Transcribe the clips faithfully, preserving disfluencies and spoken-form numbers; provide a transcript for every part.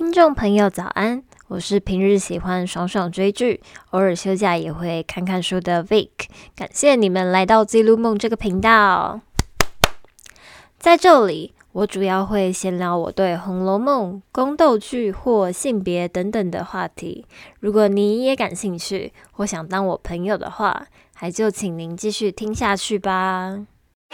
听众朋友早安，我是平日喜欢爽爽追剧，偶尔休假也会看看书的 Vic， 感谢你们来到记录梦这个频道。在这里，我主要会闲聊我对《红楼梦》、宫斗剧或性别等等的话题。如果你也感兴趣，或想当我朋友的话，还就请您继续听下去吧。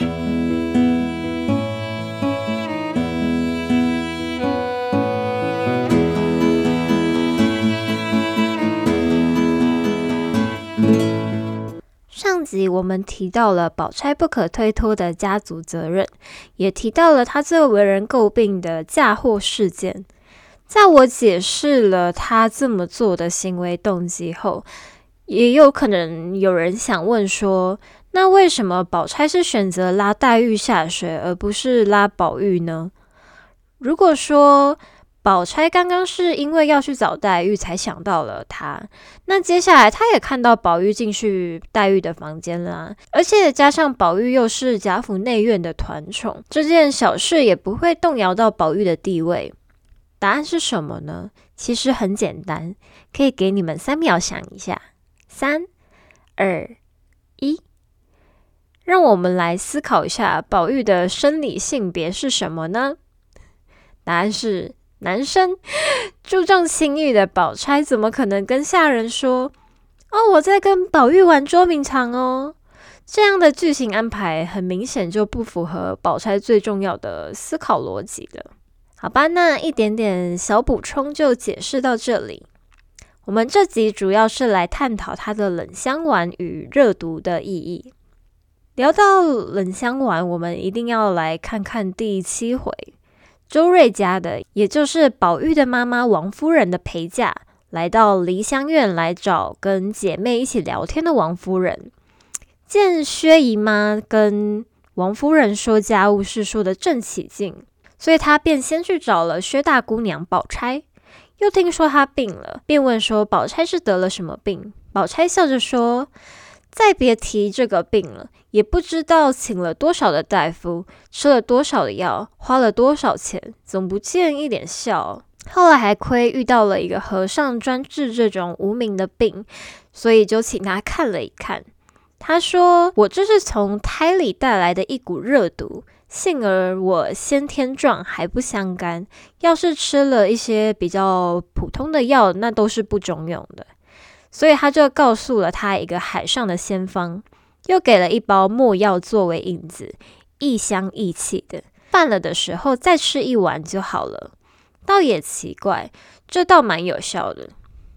上集我们提到了宝钗不可推脱的家族责任，也提到了她最为人诟病的嫁祸事件。在我解释了她这么做的行为动机后，也有可能有人想问说，那为什么宝钗是选择拉黛玉下水，而不是拉宝玉呢？如果说宝钗刚刚是因为要去找黛玉才想到了她，那接下来她也看到宝玉进去黛玉的房间啦，而且加上宝玉又是贾府内院的团宠，这件小事也不会动摇到宝玉的地位。答案是什么呢？其实很简单，可以给你们三秒想一下，三、二、一，让我们来思考一下宝玉的生理性别是什么呢？答案是男生。注重情欲的宝钗怎么可能跟下人说哦，我在跟宝玉玩捉迷藏哦？这样的剧情安排很明显就不符合宝钗最重要的思考逻辑了。好吧，那一点点小补充就解释到这里。我们这集主要是来探讨它的冷香丸与热毒的意义。聊到冷香丸，我们一定要来看看第七回周瑞家的，也就是宝玉的妈妈王夫人的陪嫁，来到梨香院来找跟姐妹一起聊天的王夫人，见薛姨妈跟王夫人说家务事说得正起劲，所以她便先去找了薛大姑娘宝钗，又听说她病了，便问说宝钗是得了什么病。宝钗笑着说，再别提这个病了，也不知道请了多少的大夫，吃了多少的药，花了多少钱，总不见一点效。后来还亏遇到了一个和尚专治这种无名的病，所以就请他看了一看。他说，我这是从胎里带来的一股热毒，幸而我先天壮还不相干，要是吃了一些比较普通的药，那都是不中用的。所以他就告诉了他一个海上的仙方，又给了一包墨药作为引子，异香异气的，犯了的时候再吃一丸就好了。倒也奇怪，这倒蛮有效的。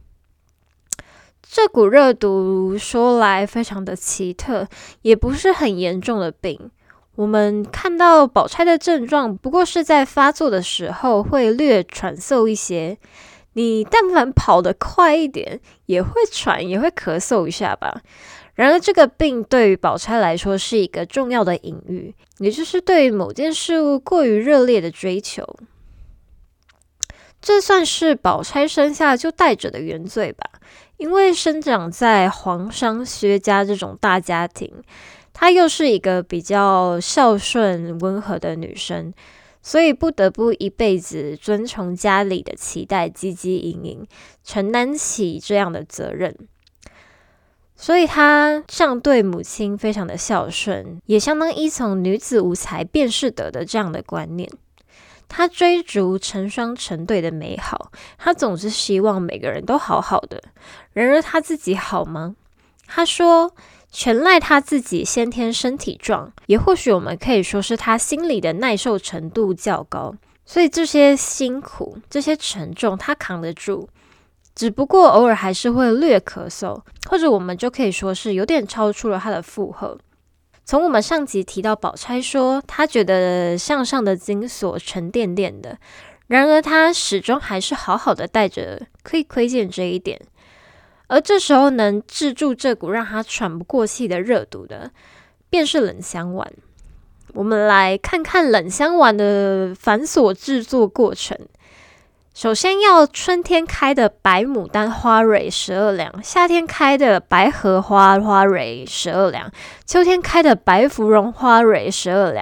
这股热毒说来非常的奇特，也不是很严重的病。我们看到宝钗的症状，不过是在发作的时候会略喘嗽一些。你但凡跑得快一点，也会喘，也会咳嗽一下吧。然而这个病对于宝钗来说是一个重要的隐喻，也就是对于某件事物过于热烈的追求。这算是宝钗生下就带着的原罪吧，因为生长在皇商薛家这种大家庭，她又是一个比较孝顺温和的女生，所以不得不一辈子遵从家里的期待，汲汲营营，承担起这样的责任。所以她上对母亲非常的孝顺，也相当依从女子无才便是德的这样的观念。她追逐成双成对的美好，她总是希望每个人都好好的。然而她自己好吗？她说全赖他自己先天身体壮，也或许我们可以说是他心理的耐受程度较高，所以这些辛苦，这些沉重他扛得住，只不过偶尔还是会略咳嗽，或者我们就可以说是有点超出了他的负荷。从我们上集提到宝钗说她觉得项上的金锁沉甸甸的，然而她始终还是好好的带着，可以窥见这一点。而这时候能制住这股让他喘不过气的热毒的，便是冷香丸。我们来看看冷香丸的繁琐制作过程。首先要春天开的白牡丹花蕊十二两，夏天开的白荷花花蕊十二两，秋天开的白芙蓉花蕊十二两，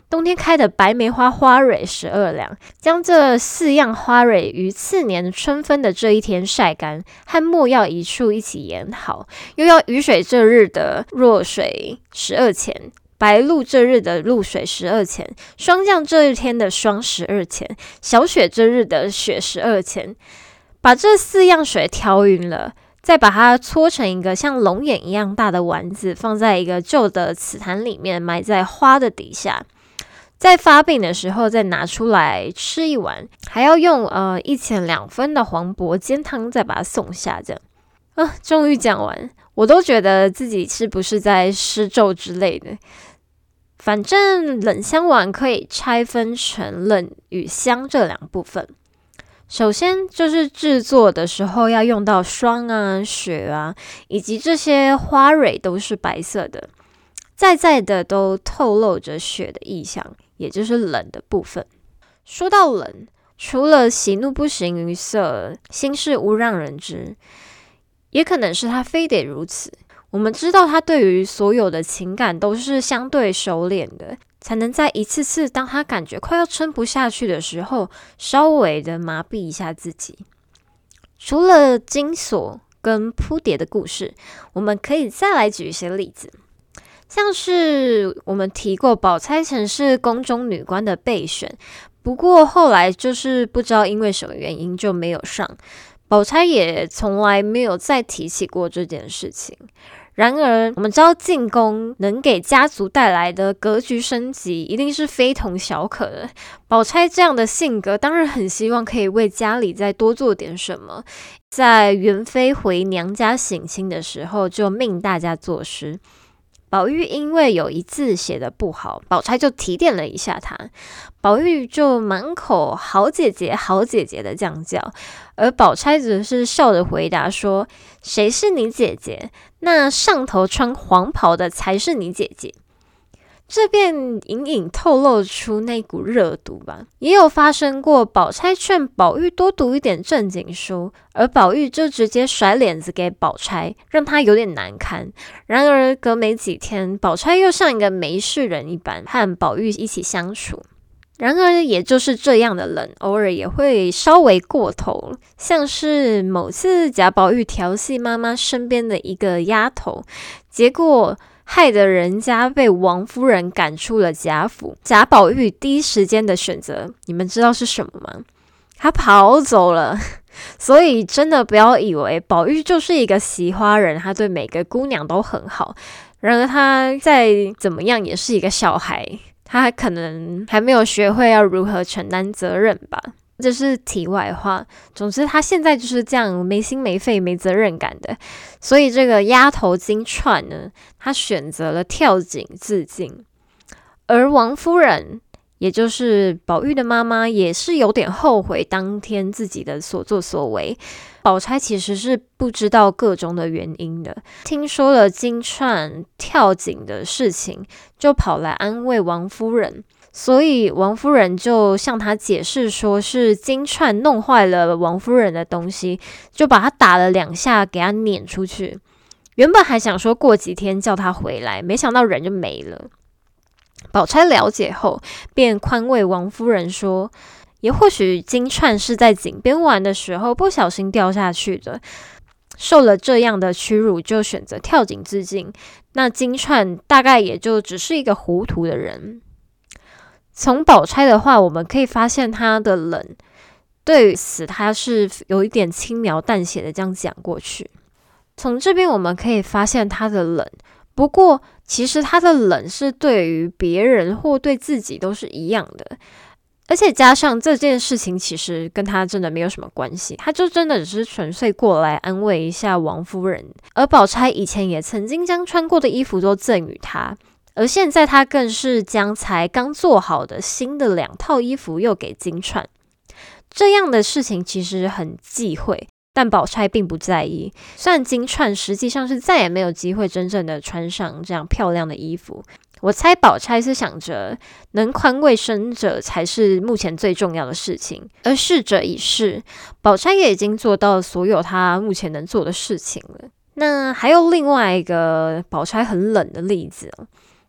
冬天开的白梅花花蕊十二两，将这四样花蕊于次年春分的这一天晒干，和没药一处一起研好，又要雨水这日的弱水十二钱，白露这日的露水十二钱，霜降这一天的霜十二钱，小雪这日的雪十二钱。把这四样水调匀了，再把它搓成一个像龙眼一样大的丸子，放在一个旧的瓷坛里面，埋在花的底下。在发病的时候再拿出来吃一碗，还要用呃一钱两分的黄柏煎汤再把它送下，这样啊，终于讲完，我都觉得自己是不是在施咒之类的。反正冷香丸可以拆分成冷与香这两部分。首先就是制作的时候要用到霜啊、雪啊，以及这些花蕊都是白色的，在在的都透露着雪的意象，也就是冷的部分。说到冷，除了喜怒不形于色，心事勿让人知，也可能是他非得如此。我们知道他对于所有的情感都是相对收敛的，才能在一次次当他感觉快要撑不下去的时候，稍微的麻痹一下自己。除了金锁跟扑蝶的故事，我们可以再来举一些例子，像是我们提过宝钗曾是宫中女官的备选，不过后来就是不知道因为什么原因就没有上，宝钗也从来没有再提起过这件事情。然而我们知道进宫能给家族带来的格局升级一定是非同小可的，宝钗这样的性格当然很希望可以为家里再多做点什么，在元妃回娘家省亲的时候就命大家作诗。宝玉因为有一字写得不好，宝钗就提点了一下他，宝玉就满口好姐姐好姐姐的这样叫，而宝钗则是笑着回答说，谁是你姐姐？那上头穿黄袍的才是你姐姐。这便隐隐透露出那股热度吧。也有发生过宝钗劝宝玉多读一点正经书，而宝玉就直接甩脸子给宝钗，让她有点难堪。然而隔没几天，宝钗又像一个没事人一般和宝玉一起相处。然而也就是这样的冷，偶尔也会稍微过头，像是某次贾宝玉调戏妈妈身边的一个丫头，结果害得人家被王夫人赶出了贾府。贾宝玉第一时间的选择，你们知道是什么吗？他跑走了。所以真的不要以为宝玉就是一个惜花人，他对每个姑娘都很好。然而他再怎么样也是一个小孩，他可能还没有学会要如何承担责任吧。这是题外话。总之他现在就是这样没心没肺没责任感的，所以这个丫头金钏呢，她选择了跳井自尽。而王夫人也就是宝玉的妈妈也是有点后悔当天自己的所作所为。宝钗其实是不知道个中的原因的，听说了金钏跳井的事情，就跑来安慰王夫人。所以王夫人就向她解释说是金钏弄坏了王夫人的东西，就把她打了两下给她撵出去。原本还想说过几天叫她回来，没想到人就没了。宝钗了解后便宽慰王夫人说，也或许金钏是在井边玩的时候不小心掉下去的，受了这样的屈辱就选择跳井自尽，那金钏大概也就只是一个糊涂的人。从宝钗的话我们可以发现她的冷，对于此她是有一点轻描淡写的这样讲过去。从这边我们可以发现她的冷，不过其实她的冷是对于别人或对自己都是一样的，而且加上这件事情其实跟她真的没有什么关系，她就真的只是纯粹过来安慰一下王夫人。而宝钗以前也曾经将穿过的衣服都赠予她，而现在她更是将才刚做好的新的两套衣服又给金钏。这样的事情其实很忌讳，但宝钗并不在意。虽然金钏实际上是再也没有机会真正的穿上这样漂亮的衣服，我猜宝钗是想着能宽慰生者才是目前最重要的事情，而逝者已逝，宝钗也已经做到所有她目前能做的事情了。那还有另外一个宝钗很冷的例子，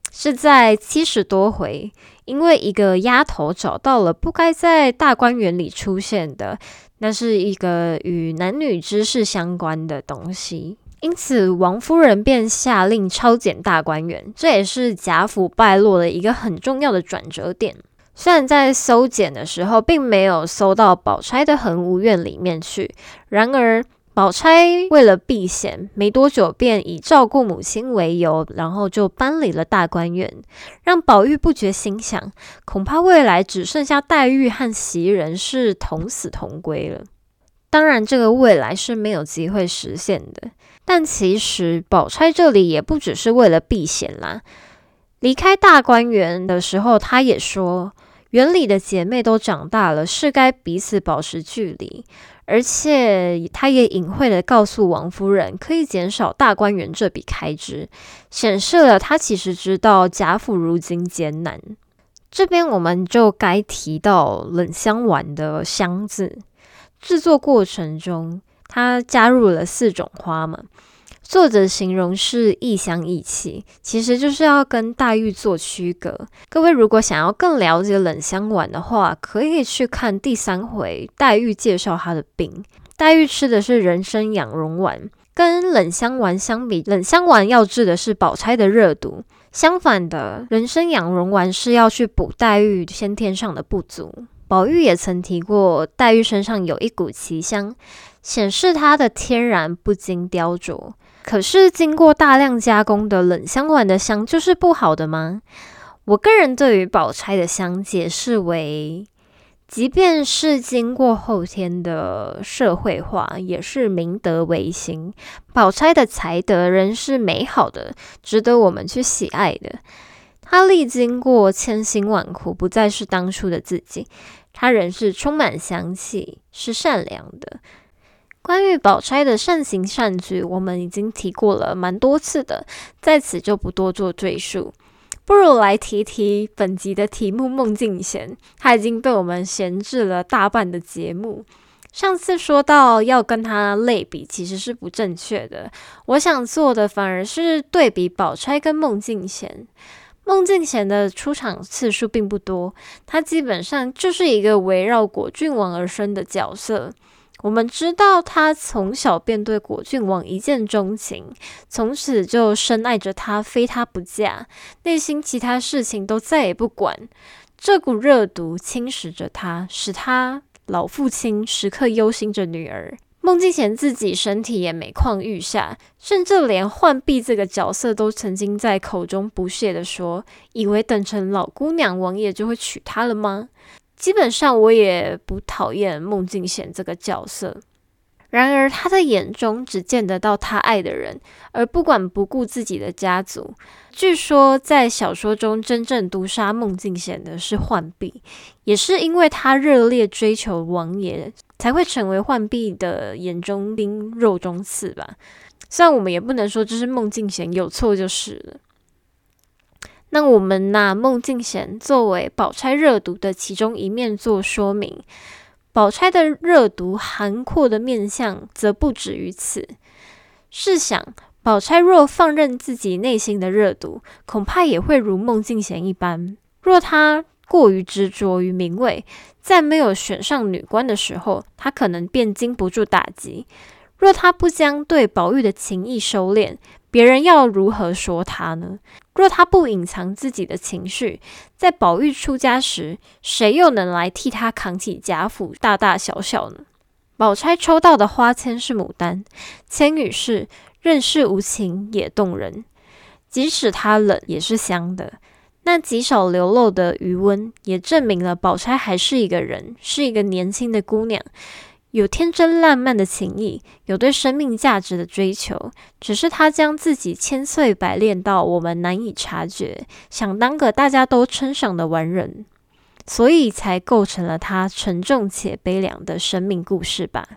是在七十多回，因为一个丫头找到了不该在大观园里出现的，那是一个与男女之事相关的东西。因此王夫人便下令抄检大观园，这也是贾府败落的一个很重要的转折点。虽然在搜检的时候并没有搜到宝钗的恒芜院里面去，然而宝钗为了避嫌，没多久便以照顾母亲为由，然后就搬离了大观园，让宝玉不觉心想，恐怕未来只剩下黛玉和袭人是同死同归了。当然这个未来是没有机会实现的，但其实宝钗这里也不只是为了避嫌啦。离开大观园的时候，她也说园里的姐妹都长大了，是该彼此保持距离，而且她也隐晦地告诉王夫人可以减少大观园这笔开支，显示了她其实知道贾府如今艰难。这边我们就该提到冷香丸的香字，制作过程中它加入了四种花嘛，作者形容是异香异气，其实就是要跟黛玉做区隔。各位如果想要更了解冷香丸的话，可以去看第三回黛玉介绍她的病。黛玉吃的是人参养荣丸，跟冷香丸相比，冷香丸要治的是宝钗的热毒，相反的，人参养荣丸是要去补黛玉先天上的不足。宝玉也曾提过，黛玉身上有一股奇香，显示她的天然不经雕琢。可是经过大量加工的冷香丸的香就是不好的吗？我个人对于宝钗的香解释为，即便是经过后天的社会化，也是明德维新。宝钗的才德仍是美好的，值得我们去喜爱的。她历经过千辛万苦，不再是当初的自己，她仍是充满香气，是善良的。关于宝钗的善行善举，我们已经提过了蛮多次的，在此就不多做赘述。不如来提提本集的题目孟静娴，她已经被我们闲置了大半的节目。上次说到要跟她类比，其实是不正确的。我想做的反而是对比宝钗跟孟静娴。孟静娴的出场次数并不多，她基本上就是一个围绕果郡王而生的角色。我们知道她从小便对果郡王一见钟情，从此就深爱着他，非他不嫁，内心其他事情都再也不管。这股热毒侵蚀着他，使他老父亲时刻忧心着女儿。孟静娴自己身体也每况愈下，甚至连浣碧这个角色都曾经在口中不屑地说，以为等成老姑娘王爷就会娶她了吗？基本上我也不讨厌孟静娴这个角色，然而他的眼中只见得到他爱的人，而不管不顾自己的家族。据说在小说中真正毒杀孟静娴的是浣碧，也是因为他热烈追求王爷，才会成为浣碧的眼中钉肉中刺吧。虽然我们也不能说这是孟静娴有错就是了。那我们拿孟静娴作为宝钗热毒的其中一面做说明，宝钗的热毒涵括的面向则不止于此。试想，宝钗若放任自己内心的热毒，恐怕也会如孟静娴一般。若她过于执着于名位，在没有选上女官的时候，她可能便经不住打击。若她不将对宝玉的情意收敛，别人要如何说她呢？若她不隐藏自己的情绪，在宝玉出家时，谁又能来替她扛起贾府大大小小呢？宝钗抽到的花签是牡丹，签语是任是无情也动人，即使它冷也是香的。那极少流露的余温，也证明了宝钗还是一个人，是一个年轻的姑娘，有天真烂漫的情意，有对生命价值的追求，只是她将自己千岁百炼到我们难以察觉，想当个大家都称赏的完人，所以才构成了她沉重且悲凉的生命故事吧。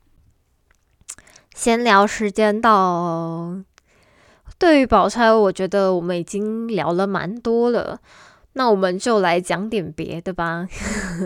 闲聊时间到，对于宝钗，我觉得我们已经聊了蛮多了，那我们就来讲点别的吧。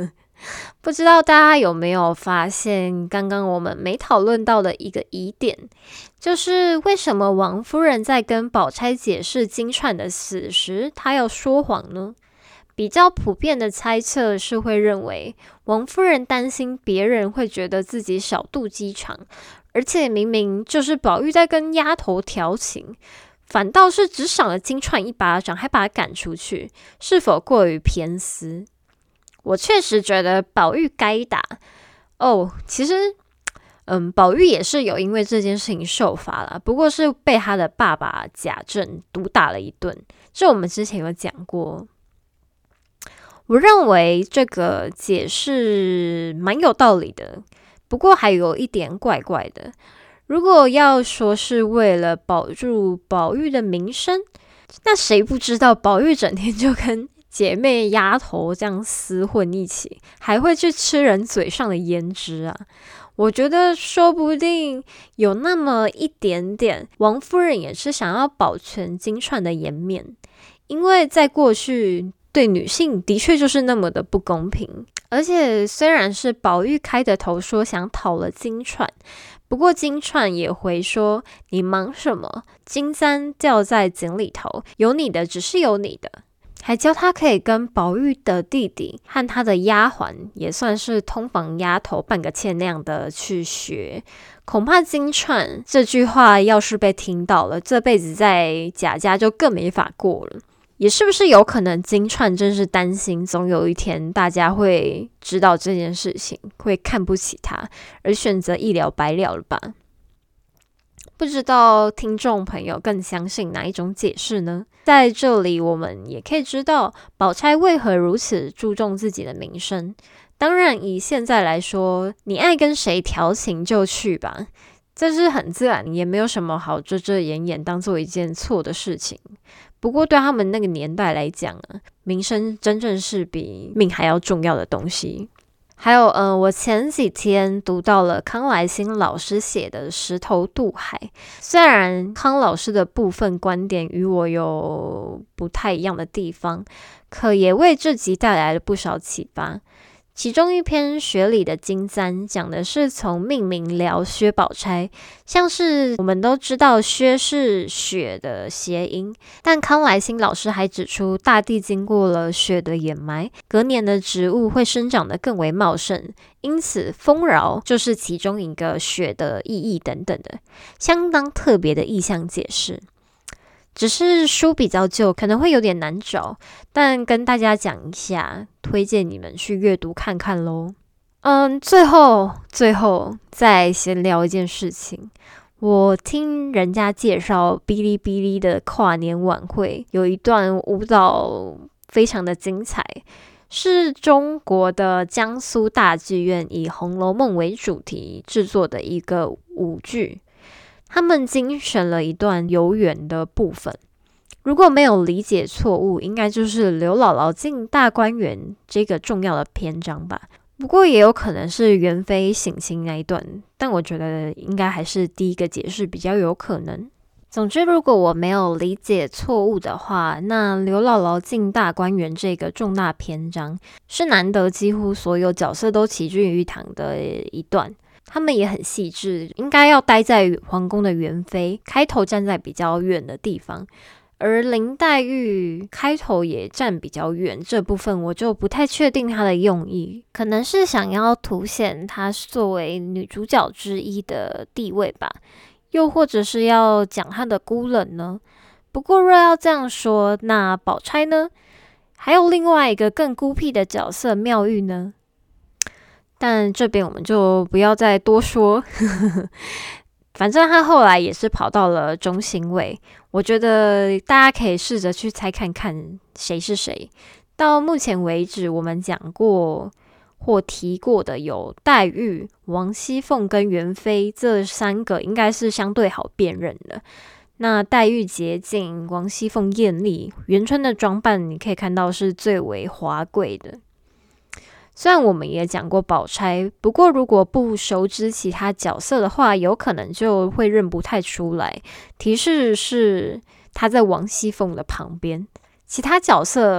不知道大家有没有发现，刚刚我们没讨论到的一个疑点，就是为什么王夫人在跟宝钗解释金钏的死时，她要说谎呢？比较普遍的猜测是会认为，王夫人担心别人会觉得自己小肚鸡肠，而且明明就是宝玉在跟丫头调情，反倒是只赏了金钏一巴掌，还把她赶出去，是否过于偏私？我确实觉得宝玉该打哦。其实，嗯，宝玉也是有因为这件事情受罚了，不过是被他的爸爸贾政毒打了一顿。这我们之前有讲过。我认为这个解释蛮有道理的，不过还有一点怪怪的。如果要说是为了保住宝玉的名声，那谁不知道宝玉整天就跟姐妹丫头这样厮混一起，还会去吃人嘴上的胭脂啊？我觉得说不定有那么一点点，王夫人也是想要保全金钏的颜面，因为在过去对女性的确就是那么的不公平。而且虽然是宝玉开的头说想讨了金钏，不过金钏也回说你忙什么，金簪掉在井里头，有你的只是有你的，还教他可以跟宝玉的弟弟和他的丫鬟，也算是通房丫头半个妾那样的去学。恐怕金钏这句话要是被听到了，这辈子在贾家就更没法过了。也是不是有可能金钏真是担心总有一天大家会知道这件事情，会看不起他，而选择一了百了了吧？不知道听众朋友更相信哪一种解释呢？在这里我们也可以知道宝钗为何如此注重自己的名声。当然以现在来说，你爱跟谁调情就去吧，这是很自然，也没有什么好遮遮掩掩当做一件错的事情。不过对他们那个年代来讲啊，名声真正是比命还要重要的东西。还有，嗯、呃，我前几天读到了康来馨老师写的《石头渡海》，虽然康老师的部分观点与我有不太一样的地方，可也为这集带来了不少启发。其中一篇学里的金簪讲的是从命名聊薛宝钗，像是我们都知道薛是雪的谐音，但康来馨老师还指出大地经过了雪的掩埋，隔年的植物会生长得更为茂盛，因此丰饶就是其中一个雪的意义等等的，相当特别的意象解释。只是书比较旧，可能会有点难找，但跟大家讲一下，推荐你们去阅读看看咯。嗯，最后最后再闲聊一件事情，我听人家介绍哔哩哔哩的跨年晚会，有一段舞蹈非常的精彩，是中国的江苏大剧院以《红楼梦》为主题制作的一个舞剧。他们精选了一段游园的部分，如果没有理解错误，应该就是刘姥姥进大观园这个重要的篇章吧。不过也有可能是元妃省亲那一段，但我觉得应该还是第一个解释比较有可能。总之，如果我没有理解错误的话，那刘姥姥进大观园这个重大篇章是难得几乎所有角色都齐聚于堂的一段。他们也很细致，应该要待在皇宫的元妃开头站在比较远的地方，而林黛玉开头也站比较远，这部分我就不太确定她的用意，可能是想要凸显她作为女主角之一的地位吧，又或者是要讲她的孤冷呢。不过若要这样说，那宝钗呢？还有另外一个更孤僻的角色妙玉呢？但这边我们就不要再多说反正他后来也是跑到了中兴卫，我觉得大家可以试着去猜看看谁是谁。到目前为止我们讲过或提过的有黛玉、王熙凤跟元妃，这三个应该是相对好辨认的。那黛玉洁净，王熙凤艳丽，元春的装扮你可以看到是最为华贵的。虽然我们也讲过宝钗，不过如果不熟知其他角色的话，有可能就会认不太出来。提示是她在王熙凤的旁边，其他角色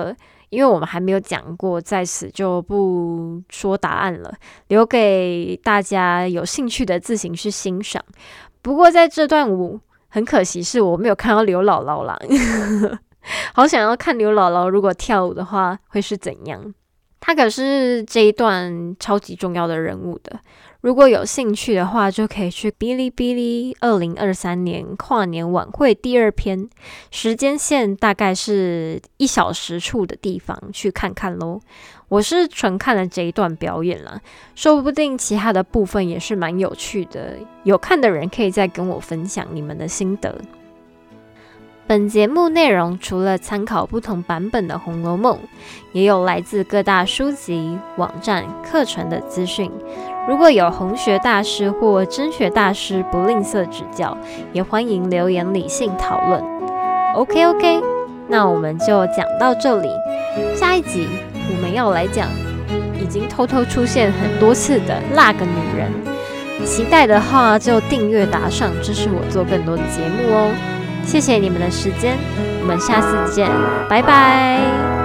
因为我们还没有讲过，在此就不说答案了，留给大家有兴趣的自行去欣赏。不过在这段舞很可惜是我没有看到刘姥姥啦好想要看刘姥姥如果跳舞的话会是怎样。她可是这一段超级重要的人物的，如果有兴趣的话就可以去哔哩哔哩二零二三年跨年晚会第二篇，时间线大概是一小时处的地方去看看咯。我是纯看了这一段表演啦，说不定其他的部分也是蛮有趣的，有看的人可以再跟我分享你们的心得。本节目内容除了参考不同版本的《红楼梦》，也有来自各大书籍、网站、课程的资讯。如果有红学大师或真学大师不吝啬指教，也欢迎留言理性讨论。OK OK， 那我们就讲到这里。下一集我们要来讲已经偷偷出现很多次的那个女人，期待的话就订阅打赏，支持我做更多的节目哦。谢谢你们的时间，我们下次见，拜拜。